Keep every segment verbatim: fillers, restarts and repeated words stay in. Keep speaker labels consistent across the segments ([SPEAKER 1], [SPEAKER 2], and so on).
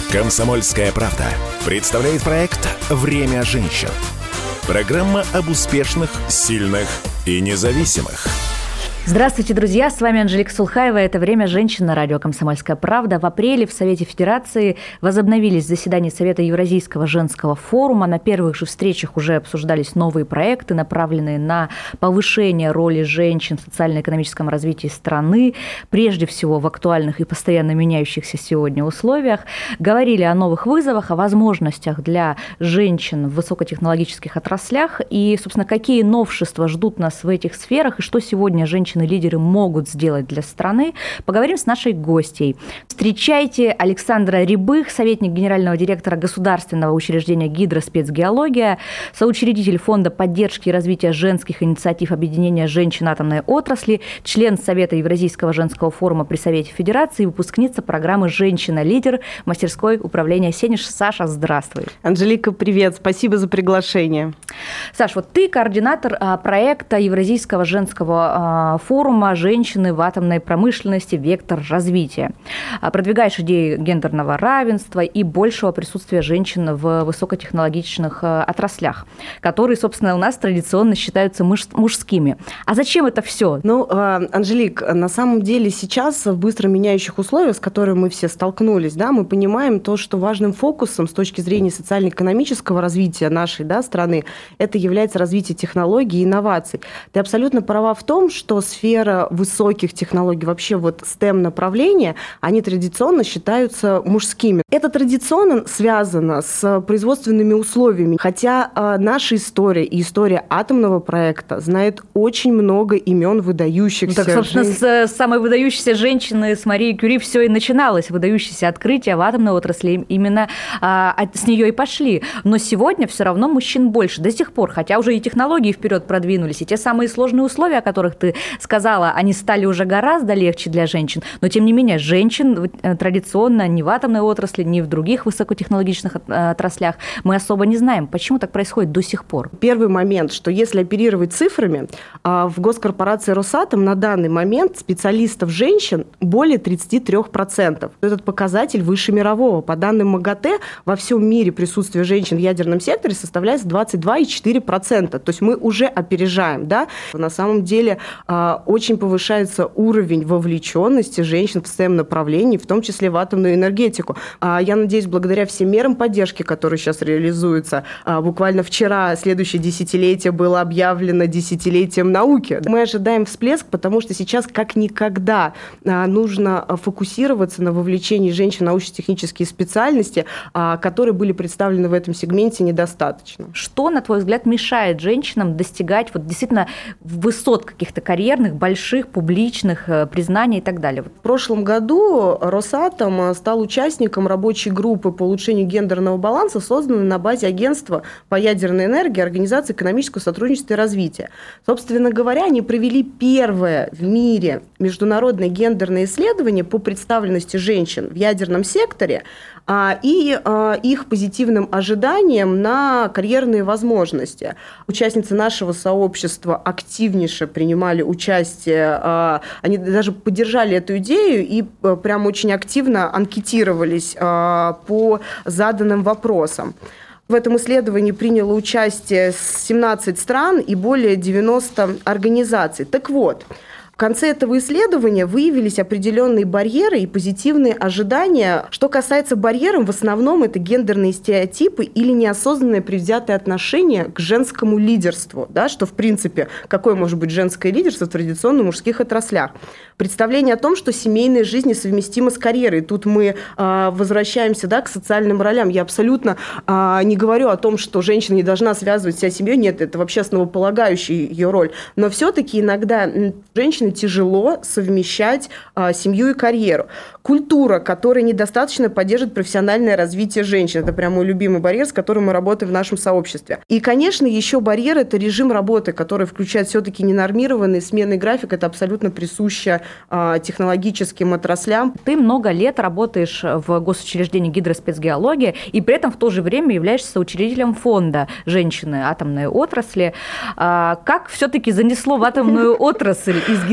[SPEAKER 1] «Комсомольская правда» представляет проект «Время женщин». Программа об успешных, сильных и независимых.
[SPEAKER 2] Здравствуйте, друзья! С вами Анжелика Сулхаева. Это «Время женщин» на радио «Комсомольская правда». В апреле в Совете Федерации возобновились заседания Совета Евразийского женского форума. На первых же встречах уже обсуждались новые проекты, направленные на повышение роли женщин в социально-экономическом развитии страны, прежде всего в актуальных и постоянно меняющихся сегодня условиях. Говорили о новых вызовах, о возможностях для женщин в высокотехнологических отраслях и, собственно, какие новшества ждут нас в этих сферах и что сегодня женщины лидеры могут сделать для страны, поговорим с нашей гостьей. Встречайте Александра Рябых, советник генерального директора государственного учреждения «Гидроспецгеология», соучредитель Фонда поддержки и развития женских инициатив объединения женщин атомной отрасли, член Совета Евразийского женского форума при Совете Федерации, выпускница программы «Женщина-лидер» мастерской управления «Сенеж». Саша, здравствуй.
[SPEAKER 3] Анжелика, привет. Спасибо за приглашение.
[SPEAKER 2] Саш, вот ты координатор проекта Евразийского женского форума «Женщины в атомной промышленности. Вектор развития». Продвигаешь идеи гендерного равенства и большего присутствия женщин в высокотехнологичных отраслях, которые, собственно, у нас традиционно считаются мужскими. А зачем это все?
[SPEAKER 3] Ну, Анжелик, на самом деле сейчас в быстро меняющих условиях, с которыми мы все столкнулись, да, мы понимаем то, что важным фокусом с точки зрения социально-экономического развития нашей, да, страны это является развитие технологий и инноваций. Ты абсолютно права в том, что сфера высоких технологий, вообще вот стэм-направления, они традиционно считаются мужскими. Это традиционно связано с производственными условиями, хотя э, наша история и история атомного проекта знает очень много имен выдающихся.
[SPEAKER 2] Ну, так, собственно, жен... с самой выдающейся женщины, с Марией Кюри, все и начиналось. Выдающиеся открытия в атомной отрасли именно э, с нее и пошли. Но сегодня все равно мужчин больше до сих пор, хотя уже и технологии вперед продвинулись, и те самые сложные условия, о которых ты сказала, они стали уже гораздо легче для женщин, но тем не менее женщин традиционно ни в атомной отрасли, ни в других высокотехнологичных отраслях мы особо не знаем. Почему так происходит до сих пор?
[SPEAKER 3] Первый момент, что если оперировать цифрами, в госкорпорации «Росатом» на данный момент специалистов женщин более тридцать три процента. Этот показатель выше мирового. По данным МАГАТЭ, во всем мире присутствие женщин в ядерном секторе составляет двадцать два целых четыре десятых процента. То есть мы уже опережаем. Да? На самом деле очень повышается уровень вовлеченности женщин в стэм-направлении, в том числе в атомную энергетику. Я надеюсь, благодаря всем мерам поддержки, которые сейчас реализуются, буквально вчера следующее десятилетие было объявлено десятилетием науки. Мы ожидаем всплеск, потому что сейчас как никогда нужно фокусироваться на вовлечении женщин в научно-технические специальности, которые были представлены в этом сегменте недостаточно.
[SPEAKER 2] Что, на твой взгляд, мешает женщинам достигать вот действительно высот каких-то карьерных, больших, публичных, признаний и так далее?
[SPEAKER 3] В прошлом году Росатом стал участником рабочей группы по улучшению гендерного баланса, созданной на базе агентства по ядерной энергии Организации экономического сотрудничества и развития. Собственно говоря, они провели первое в мире международное гендерное исследование по представленности женщин в ядерном секторе и их позитивным ожиданиям на карьерные возможности. Участницы нашего сообщества активнейше принимали участие, они даже поддержали эту идею и прям очень активно анкетировались по заданным вопросам. В этом исследовании приняло участие семнадцать стран и более девяноста организаций. Так вот, в конце этого исследования выявились определенные барьеры и позитивные ожидания. Что касается барьеров, в основном это гендерные стереотипы или неосознанное предвзятое отношение к женскому лидерству. Да, что, в принципе, какое может быть женское лидерство в традиционно мужских отраслях. Представление о том, что семейная жизнь несовместима с карьерой. Тут мы э, возвращаемся, да, к социальным ролям. Я абсолютно э, не говорю о том, что женщина не должна связывать себя с семьей. Нет, это вообще основополагающая ее роль. Но все-таки иногда женщине тяжело совмещать а, семью и карьеру. Культура, которая недостаточно поддерживает профессиональное развитие женщин. Это прям мой любимый барьер, с которым мы работаем в нашем сообществе. И, конечно, еще барьер – это режим работы, который включает все-таки ненормированный сменный график. Это абсолютно присуще а, технологическим отраслям.
[SPEAKER 2] Ты много лет работаешь в госучреждении «Гидроспецгеология» и при этом в то же время являешься соучредителем фонда «Женщины атомной отрасли». А, как все-таки занесло в атомную отрасль из гидроспецгеологии?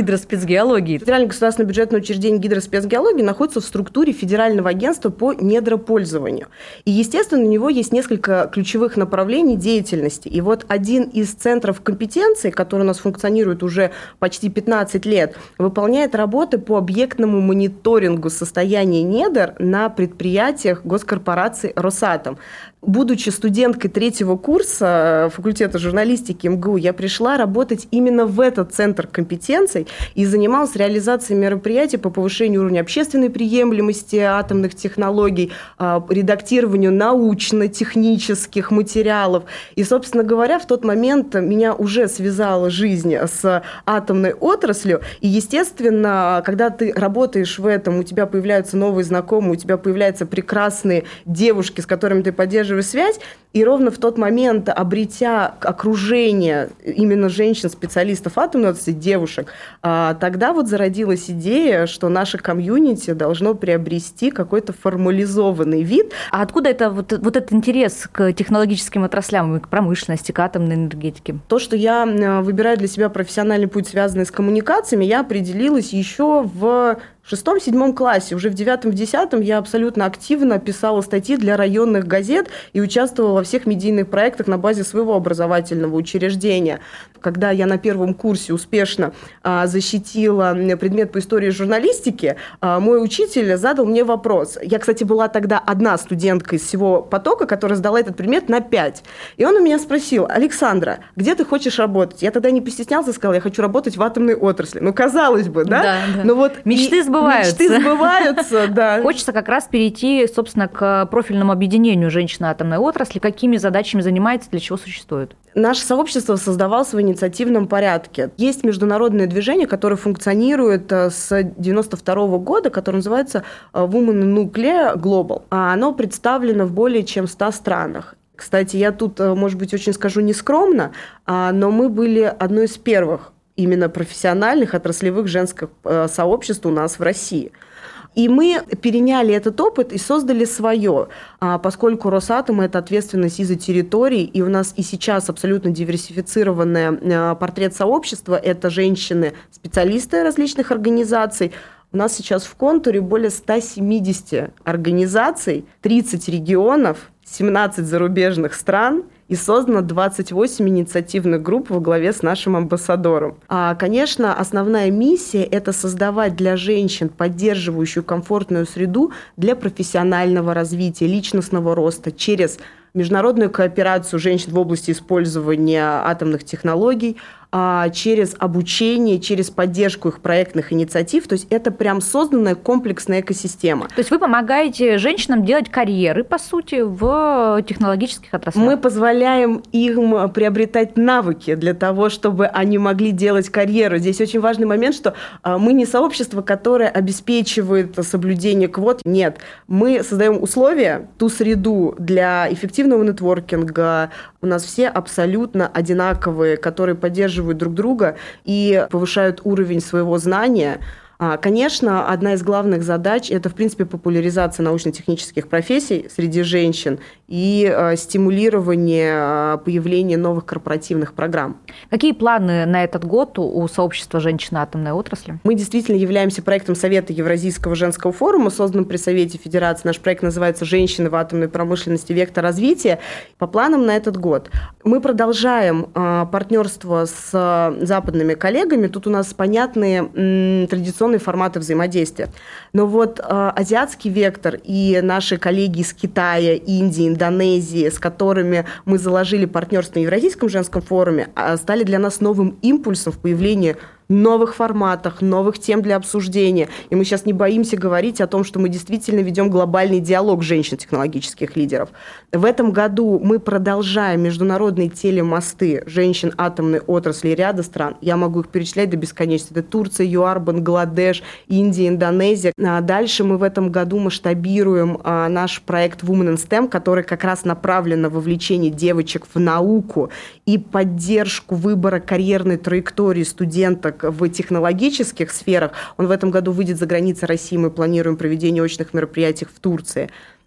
[SPEAKER 2] гидроспецгеологии.
[SPEAKER 3] Федеральное государственное бюджетное учреждение гидроспецгеологии находится в структуре Федерального агентства по недропользованию. И, естественно, у него есть несколько ключевых направлений деятельности. И вот один из центров компетенции, который у нас функционирует уже почти пятнадцать лет, выполняет работы по объектному мониторингу состояния недр на предприятиях госкорпорации «Росатом». Будучи студенткой третьего курса факультета журналистики МГУ, я пришла работать именно в этот центр компетенций и занималась реализацией мероприятий по повышению уровня общественной приемлемости атомных технологий, редактированию научно-технических материалов. И, собственно говоря, в тот момент меня уже связала жизнь с атомной отраслью. И, естественно, когда ты работаешь в этом, у тебя появляются новые знакомые, у тебя появляются прекрасные девушки, с которыми ты поддерживаешь связь, и ровно в тот момент, обретя окружение именно женщин-специалистов атомной отрасли, девушек, тогда вот зародилась идея, что наше комьюнити должно приобрести какой-то формализованный вид.
[SPEAKER 2] А откуда это, вот, вот этот интерес к технологическим отраслям, к промышленности, к атомной энергетике?
[SPEAKER 3] То, что я выбираю для себя профессиональный путь, связанный с коммуникациями, я определилась еще в В шестом-седьмом классе, уже в девятом-десятом я абсолютно активно писала статьи для районных газет и участвовала во всех медийных проектах на базе своего образовательного учреждения. Когда я на первом курсе успешно а, защитила предмет по истории журналистики, а, мой учитель задал мне вопрос. Я, кстати, была тогда одна студентка из всего потока, которая сдала этот предмет на пять. И он у меня спросил: Александра, где ты хочешь работать? Я тогда не постеснялась и сказала: я хочу работать в атомной отрасли. Ну, казалось бы, да?
[SPEAKER 2] Да, да.
[SPEAKER 3] Но вот
[SPEAKER 2] мечты сбываются.
[SPEAKER 3] Мечты сбываются, да.
[SPEAKER 2] Хочется как раз перейти, собственно, к профильному объединению женщин атомной отрасли. Какими задачами занимается, для чего существует?
[SPEAKER 3] Наше сообщество создавалось в инициативном порядке. Есть международное движение, которое функционирует с девяносто второго года, которое называется Women in Nuclear Global. Оно представлено в более чем ста странах. Кстати, я тут, может быть, очень скажу нескромно, но мы были одной из первых именно профессиональных отраслевых женских сообществ у нас в России. И мы переняли этот опыт и создали свое, поскольку Росатом – это ответственность и за территории, и у нас и сейчас абсолютно диверсифицированный портрет сообщества – это женщины-специалисты различных организаций. У нас сейчас в контуре более ста семидесяти организаций, тридцать регионов, семнадцать зарубежных стран, и создано двадцать восемь инициативных групп во главе с нашим амбассадором. А, конечно, основная миссия – это создавать для женщин поддерживающую комфортную среду для профессионального развития, личностного роста через международную кооперацию женщин в области использования атомных технологий, через обучение, через поддержку их проектных инициатив. То есть это прям созданная комплексная экосистема.
[SPEAKER 2] То есть вы помогаете женщинам делать карьеры, по сути, в технологических отраслях?
[SPEAKER 3] Мы позволяем им приобретать навыки для того, чтобы они могли делать карьеру. Здесь очень важный момент, что мы не сообщество, которое обеспечивает соблюдение квот. Нет, мы создаем условия, ту среду для эффективного нетворкинга. У нас все абсолютно одинаковые, которые поддерживают друг друга и повышают уровень своего знания. Конечно, одна из главных задач – это, в принципе, популяризация научно-технических профессий среди женщин и стимулирование появления новых корпоративных программ.
[SPEAKER 2] Какие планы на этот год у сообщества женщин атомной отрасли?
[SPEAKER 3] Мы действительно являемся проектом Совета Евразийского женского форума, созданным при Совете Федерации. Наш проект называется «Женщины в атомной промышленности. Вектор развития». По планам на этот год мы продолжаем партнерство с западными коллегами. Тут у нас понятные традиционные форматы взаимодействия. Но вот э, азиатский вектор и наши коллеги из Китая, Индии, Индонезии, с которыми мы заложили партнерство на Евразийском женском форуме, стали для нас новым импульсом в появлении новых форматах, новых тем для обсуждения. И мы сейчас не боимся говорить о том, что мы действительно ведем глобальный диалог женщин-технологических лидеров. В этом году мы продолжаем международные телемосты женщин атомной отрасли ряда стран. Я могу их перечислять до бесконечности. Это Турция, ЮАР, Бангладеш, Индия, Индонезия. А дальше мы в этом году масштабируем а, наш проект Women in STEM, который как раз направлен на вовлечение девочек в науку и поддержку выбора карьерной траектории студенток в технологических сферах. Он в этом году выйдет за границы России. Мы планируем проведение очных мероприятий в Турции.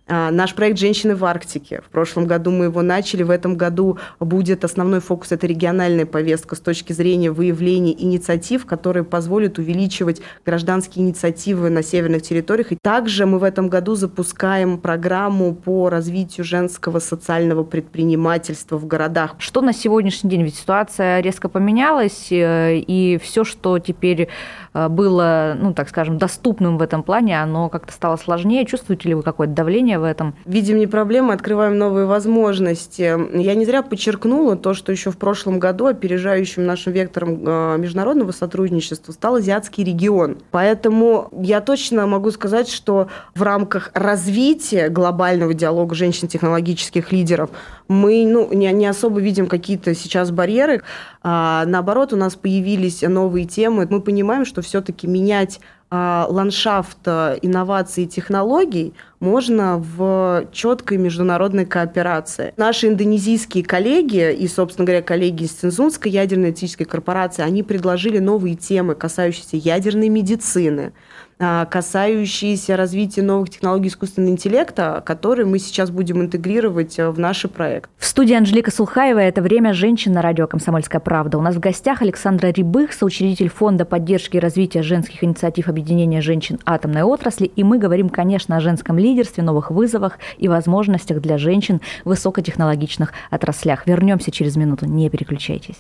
[SPEAKER 3] Наш проект «Женщины в Арктике». В прошлом году мы его начали, в этом году будет основной фокус – это региональная повестка с точки зрения выявления инициатив, которые позволят увеличивать гражданские инициативы на северных территориях. И также мы в этом году запускаем программу по развитию женского социального предпринимательства в городах.
[SPEAKER 2] Что на сегодняшний день? Ведь ситуация резко поменялась, и все, что теперь было, ну, так скажем, доступным в этом плане, оно как-то стало сложнее. Чувствуете ли вы какое-то давление в этом?
[SPEAKER 3] Видим не проблемы, открываем новые возможности. Я не зря подчеркнула то, что еще в прошлом году опережающим нашим вектором международного сотрудничества стал азиатский регион. Поэтому я точно могу сказать, что в рамках развития глобального диалога женщин-технологических лидеров мы ну, не, не особо видим какие-то сейчас барьеры. А, наоборот, у нас появились новые темы. Мы понимаем, что все-таки менять а, ландшафт инноваций и технологий можно в четкой международной кооперации. Наши индонезийские коллеги и, собственно говоря, коллеги из Цинзунской ядерной этической корпорации, они предложили новые темы, касающиеся ядерной медицины, касающиеся развития новых технологий искусственного интеллекта, которые мы сейчас будем интегрировать в наш проект.
[SPEAKER 2] В студии Анжелика Сулхаева. Это «Время женщин» на радио «Комсомольская правда». У нас в гостях Александра Рябых, соучредитель Фонда поддержки и развития женских инициатив объединения женщин атомной отрасли. И мы говорим, конечно, о женском лидерстве, новых вызовах и возможностях для женщин в высокотехнологичных отраслях. Вернемся через минуту. Не переключайтесь.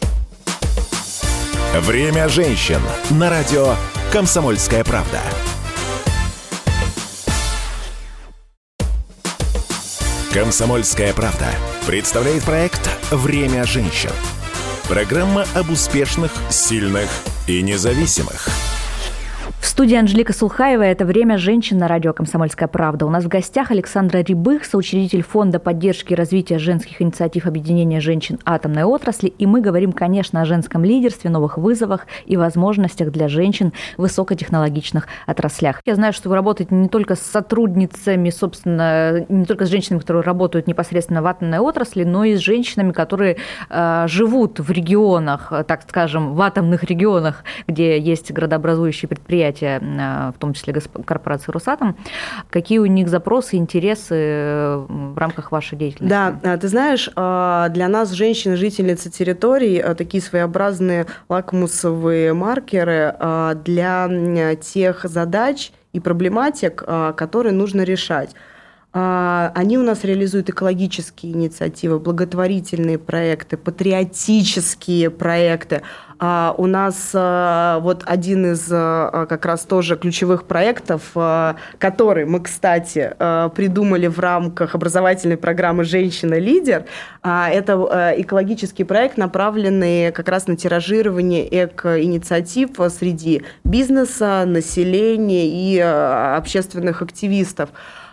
[SPEAKER 1] «Время женщин» на радио «Комсомольская правда». «Комсомольская правда» представляет проект «Время женщин». Программа об успешных, сильных и независимых.
[SPEAKER 2] В студии Анжелика Сулхаева. Это «Время женщин» на радио «Комсомольская правда». У нас в гостях Александра Рябых, соучредитель Фонда поддержки и развития женских инициатив объединения женщин атомной отрасли. И мы говорим, конечно, о женском лидерстве, новых вызовах и возможностях для женщин в высокотехнологичных отраслях. Я знаю, что вы работаете не только с сотрудницами, собственно, не только с женщинами, которые работают непосредственно в атомной отрасли, но и с женщинами, которые э, живут в регионах, так скажем, в атомных регионах, где есть градообразующие предприятия, в том числе корпорации «Росатом». Какие у них запросы, интересы в рамках вашей деятельности?
[SPEAKER 3] Да, ты знаешь, для нас, женщины, жительницы территорий, такие своеобразные лакмусовые маркеры для тех задач и проблематик, которые нужно решать. Они у нас реализуют экологические инициативы, благотворительные проекты, патриотические проекты. У нас вот один из как раз тоже ключевых проектов, который мы, кстати, придумали в рамках образовательной программы «Женщина-лидер», это экологический проект, направленный как раз на тиражирование эко-инициатив среди бизнеса, населения и общественных активистов.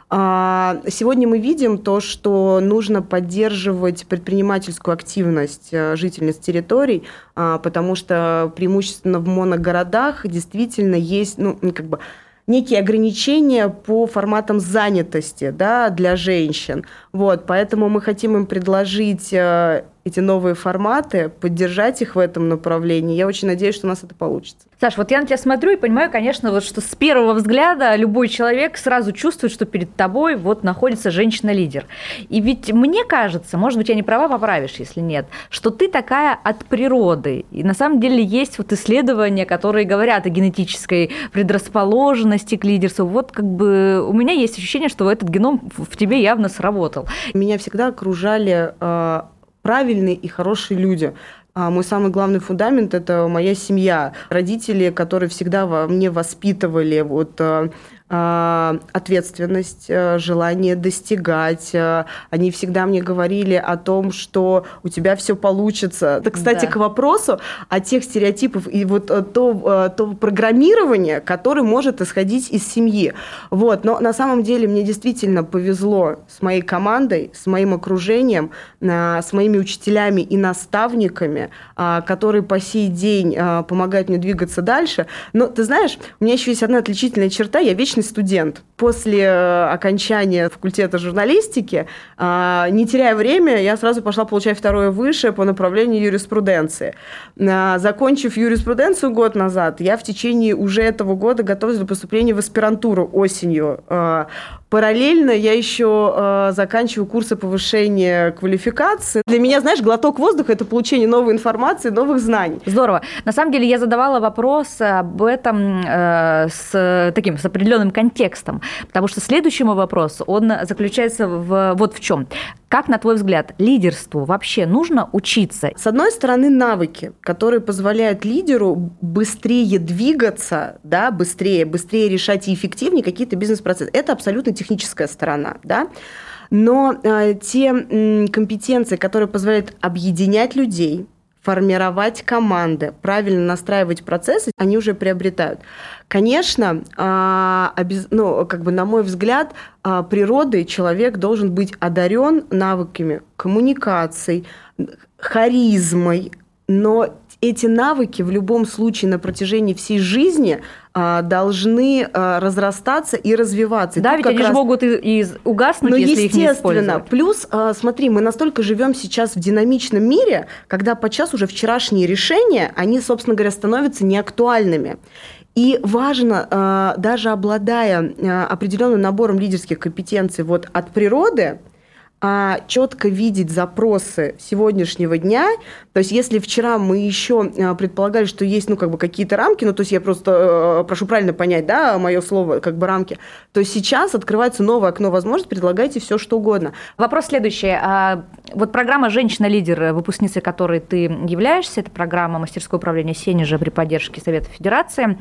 [SPEAKER 3] Сегодня мы видим то, что нужно поддерживать предпринимательскую активность жительниц территорий, потому что преимущественно в моногородах действительно есть, ну, как бы, некие ограничения по форматам занятости, да, для женщин. Вот, поэтому мы хотим им предложить эти новые форматы, поддержать их в этом направлении. Я очень надеюсь, что у нас это получится.
[SPEAKER 2] Саш, вот я на тебя смотрю и понимаю, конечно, вот, что с первого взгляда любой человек сразу чувствует, что перед тобой вот находится женщина-лидер. И ведь мне кажется, может быть, я не права, поправишь, если нет, что ты такая от природы. И на самом деле есть вот исследования, которые говорят о генетической предрасположенности к лидерству. Вот как бы у меня есть ощущение, что этот геном в тебе явно сработал.
[SPEAKER 3] Меня всегда окружали э, правильные и хорошие люди. Мой самый главный фундамент – это моя семья. Родители, которые всегда во мне воспитывали вот, ответственность, желание достигать. Они всегда мне говорили о том, что у тебя все получится. Это, кстати, да. К вопросу о тех стереотипах и вот то, то программирование, которое может исходить из семьи. Вот. Но на самом деле мне действительно повезло с моей командой, с моим окружением, с моими учителями и наставниками, которые по сей день помогают мне двигаться дальше. Но ты знаешь, у меня еще есть одна отличительная черта. Я вечно отличный студент. После окончания факультета журналистики, не теряя время, я сразу пошла получать второе высшее по направлению юриспруденции. Закончив юриспруденцию год назад, я в течение уже этого года готовилась для поступления в аспирантуру осенью. Параллельно я еще заканчиваю курсы повышения квалификации. Для меня, знаешь, глоток воздуха – это получение новой информации, новых знаний.
[SPEAKER 2] Здорово. На самом деле я задавала вопрос об этом э, с таким, с определенным контекстом, потому что следующий мой вопрос, он заключается в, вот в чем. Как, на твой взгляд, лидерству вообще нужно учиться?
[SPEAKER 3] С одной стороны, навыки, которые позволяют лидеру быстрее двигаться, да, быстрее, быстрее решать и эффективнее какие-то бизнес-процессы. Это абсолютно техническая сторона, да. Но э, те э, компетенции, которые позволяют объединять людей, формировать команды, правильно настраивать процессы, они уже приобретают. Конечно, ну, как бы, на мой взгляд, природой человек должен быть одарен навыками коммуникаций, харизмой, но эти навыки в любом случае на протяжении всей жизни должны разрастаться и развиваться.
[SPEAKER 2] Да,
[SPEAKER 3] и
[SPEAKER 2] ведь они
[SPEAKER 3] раз...
[SPEAKER 2] же могут и, и угаснуть,
[SPEAKER 3] Но
[SPEAKER 2] если их не использовать.
[SPEAKER 3] Естественно. Плюс, смотри, мы настолько живем сейчас в динамичном мире, когда подчас уже вчерашние решения, они, собственно говоря, становятся неактуальными. И важно, даже обладая определенным набором лидерских компетенций вот от природы, а четко видеть запросы сегодняшнего дня. То есть если вчера мы еще предполагали, что есть, ну, как бы какие-то рамки, ну, то есть я просто прошу правильно понять, да, мое слово, как бы рамки, то сейчас открывается новое окно возможностей, предлагайте все, что угодно.
[SPEAKER 2] Вопрос следующий. Вот программа «Женщина-лидер», выпускницей которой ты являешься, это программа мастерского управления Сенежа при поддержке Совета Федерации.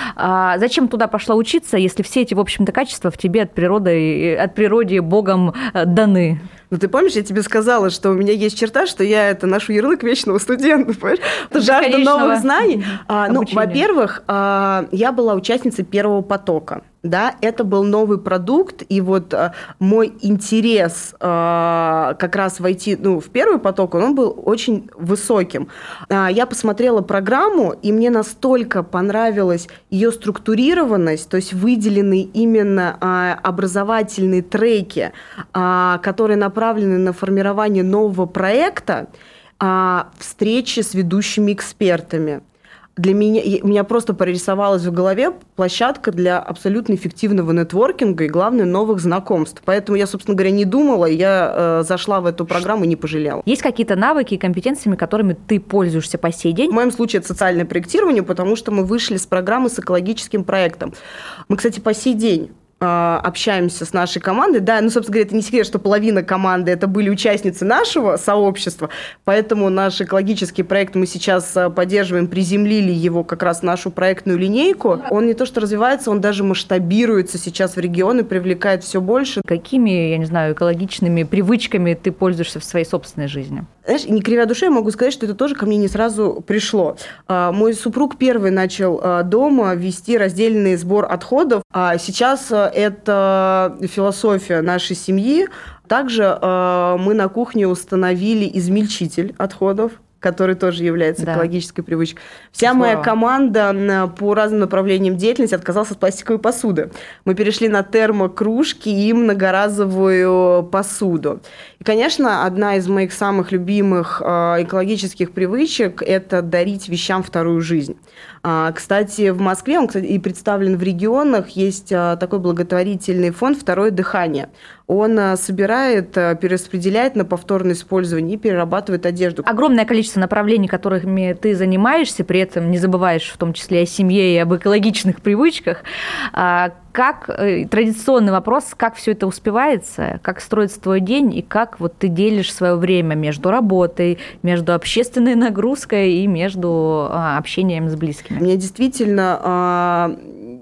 [SPEAKER 2] Зачем туда пошла учиться, если все эти, в общем-то, качества в тебе от природы, от природы Богом даны?
[SPEAKER 3] Ну, ты помнишь, я тебе сказала, что у меня есть черта, что я это ношу ярлык вечного студента, понимаешь? Жажда новых знаний. А, ну, во-первых, а, я была участницей первого потока. Да, это был новый продукт, и вот а, мой интерес а, как раз войти, ну, в первый поток, он был очень высоким. А, я посмотрела программу, и мне настолько понравилась ее структурированность, то есть выделены именно а, образовательные треки, а, которые направлены на формирование нового проекта, а, встречи с ведущими экспертами. Для меня, у меня просто прорисовалась в голове площадка для абсолютно эффективного нетворкинга и, главное, новых знакомств. Поэтому я, собственно говоря, не думала, я э, зашла в эту программу и не пожалела.
[SPEAKER 2] Есть какие-то навыки и компетенциями, которыми ты пользуешься по сей день?
[SPEAKER 3] В моем случае это социальное проектирование, потому что мы вышли с программы с экологическим проектом. Мы, кстати, по сей день общаемся с нашей командой. Да, ну, собственно говоря, это не секрет, что половина команды это были участницы нашего сообщества, поэтому наш экологический проект мы сейчас поддерживаем, приземлили его как раз в нашу проектную линейку. Он не то что развивается, он даже масштабируется сейчас в регионы, привлекает все больше.
[SPEAKER 2] Какими, я не знаю, экологичными привычками ты пользуешься в своей собственной жизни?
[SPEAKER 3] Знаешь, не кривя душой, могу сказать, что это тоже ко мне не сразу пришло. Мой супруг первый начал дома вести раздельный сбор отходов, а сейчас это философия нашей семьи. Также мы на кухне установили измельчитель отходов, который тоже является да. экологической привычкой. Вся Здорово. Моя команда по разным направлениям деятельности отказалась от пластиковой посуды. Мы перешли на термокружки и многоразовую посуду. И, конечно, одна из моих самых любимых экологических привычек – это дарить вещам вторую жизнь. Кстати, в Москве, он, кстати, и представлен в регионах, есть такой благотворительный фонд «Второе дыхание». Он собирает, перераспределяет на повторное использование и перерабатывает одежду.
[SPEAKER 2] Огромное количество направлений, которыми ты занимаешься, при этом не забываешь в том числе о семье и об экологичных привычках. Как традиционный вопрос, как все это успевается, как строится твой день и как вот ты делишь свое время между работой, между общественной нагрузкой и между общением с близкими?
[SPEAKER 3] У меня действительно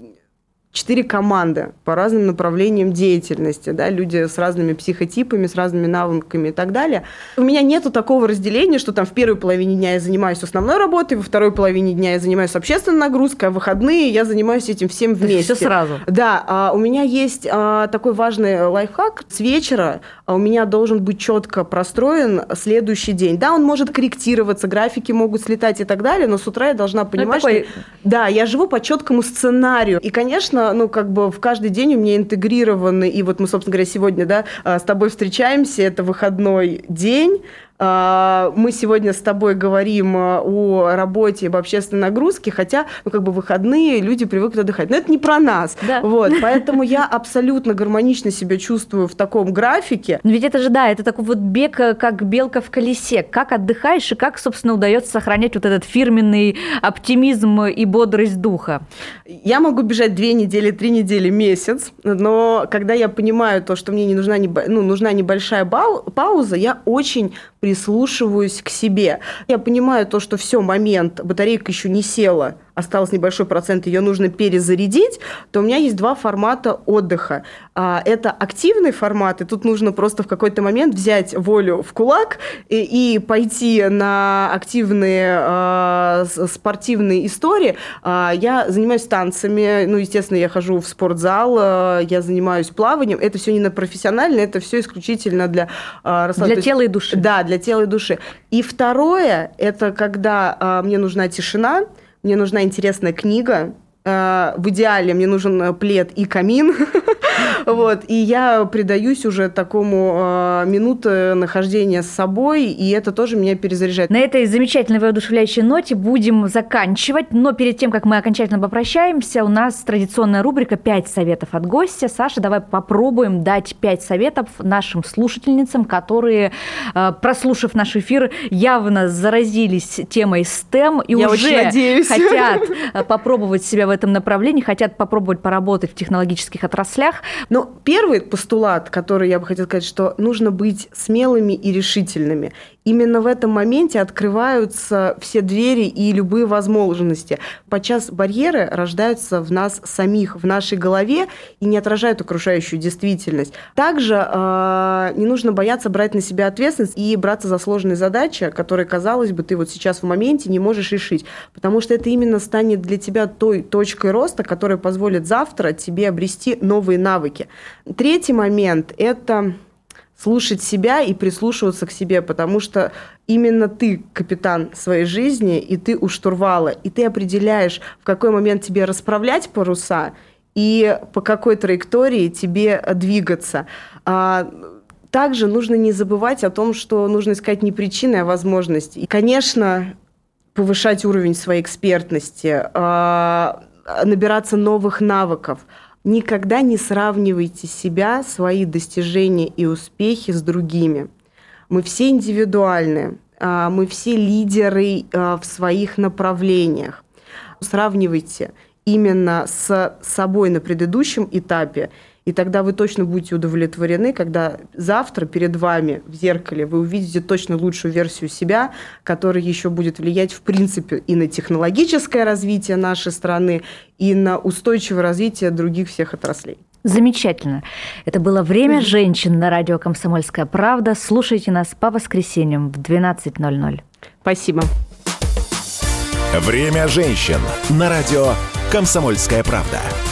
[SPEAKER 3] четыре команды по разным направлениям деятельности, да, люди с разными психотипами, с разными навыками и так далее. У меня нету такого разделения, что там в первой половине дня я занимаюсь основной работой, во второй половине дня я занимаюсь общественной нагрузкой, а в выходные я занимаюсь этим всем вместе.
[SPEAKER 2] Все сразу.
[SPEAKER 3] Да, а у меня есть а, такой важный лайфхак. С вечера у меня должен быть четко простроен следующий день. Да, он может корректироваться, графики могут слетать и так далее, но с утра я должна понимать,
[SPEAKER 2] такой...
[SPEAKER 3] что да, я живу по четкому сценарию. И, конечно, конечно, ну, как бы в каждый день у меня интегрированы, и вот мы, собственно говоря, сегодня, да, с тобой встречаемся, это выходной день. Мы сегодня с тобой говорим о работе, об общественной нагрузке, хотя, ну, как бы выходные, люди привыкли отдыхать. Но это не про нас.
[SPEAKER 2] Да.
[SPEAKER 3] Вот, поэтому я абсолютно гармонично себя чувствую в таком графике.
[SPEAKER 2] Но ведь это же, да, это такой вот бег, как белка в колесе. Как отдыхаешь и как, собственно, удается сохранять вот этот фирменный оптимизм и бодрость духа?
[SPEAKER 3] Я могу бежать две недели, три недели, месяц, но когда я понимаю то, что мне не нужна, ну, нужна небольшая пауза, я очень прислушиваюсь к себе. Я понимаю то, что все, момент, батарейка еще не села, осталось небольшой процент, ее нужно перезарядить, то у меня есть два формата отдыха. Это активный формат, и тут нужно просто в какой-то момент взять волю в кулак и, и пойти на активные э, спортивные истории. Я занимаюсь танцами, ну, естественно, я хожу в спортзал, я занимаюсь плаванием. Это все не на профессионально, это все исключительно для э,
[SPEAKER 2] Для тела и души.
[SPEAKER 3] Да, для тела и души. И второе, это когда э, мне нужна тишина, мне нужна интересная книга. В идеале мне нужен плед и камин. Вот, и я предаюсь уже такому э, минуты нахождения с собой, и это тоже меня перезаряжает.
[SPEAKER 2] На этой замечательной воодушевляющей ноте будем заканчивать, но перед тем, как мы окончательно попрощаемся, у нас традиционная рубрика «пять советов от гостя». Саша, давай попробуем дать пять советов нашим слушательницам, которые, э, прослушав наш эфир, явно заразились темой стэм и
[SPEAKER 3] я
[SPEAKER 2] уже хотят попробовать себя в этом направлении, хотят попробовать поработать в технологических отраслях.
[SPEAKER 3] Но первый постулат, который я бы хотела сказать, что нужно быть смелыми и решительными. Именно в этом моменте открываются все двери и любые возможности. Подчас барьеры рождаются в нас самих, в нашей голове и не отражают окружающую действительность. Также э, не нужно бояться брать на себя ответственность и браться за сложные задачи, которые, казалось бы, ты вот сейчас в моменте не можешь решить, потому что это именно станет для тебя той точкой роста, которая позволит завтра тебе обрести новые навыки. Третий момент – это слушать себя и прислушиваться к себе, потому что именно ты капитан своей жизни, и ты у штурвала, и ты определяешь, в какой момент тебе расправлять паруса и по какой траектории тебе двигаться. Также нужно не забывать о том, что нужно искать не причины, а возможности. И, конечно, повышать уровень своей экспертности, набираться новых навыков. Никогда не сравнивайте себя, свои достижения и успехи с другими. Мы все индивидуальны, мы все лидеры в своих направлениях. Сравнивайте именно с собой на предыдущем этапе, и тогда вы точно будете удовлетворены, когда завтра перед вами в зеркале вы увидите точно лучшую версию себя, которая еще будет влиять, в принципе, и на технологическое развитие нашей страны, и на устойчивое развитие других всех отраслей.
[SPEAKER 2] Замечательно. Это было «Время женщин» на радио «Комсомольская правда». Слушайте нас по воскресеньям в двенадцать ноль ноль.
[SPEAKER 3] Спасибо.
[SPEAKER 1] «Время женщин» на радио «Комсомольская правда».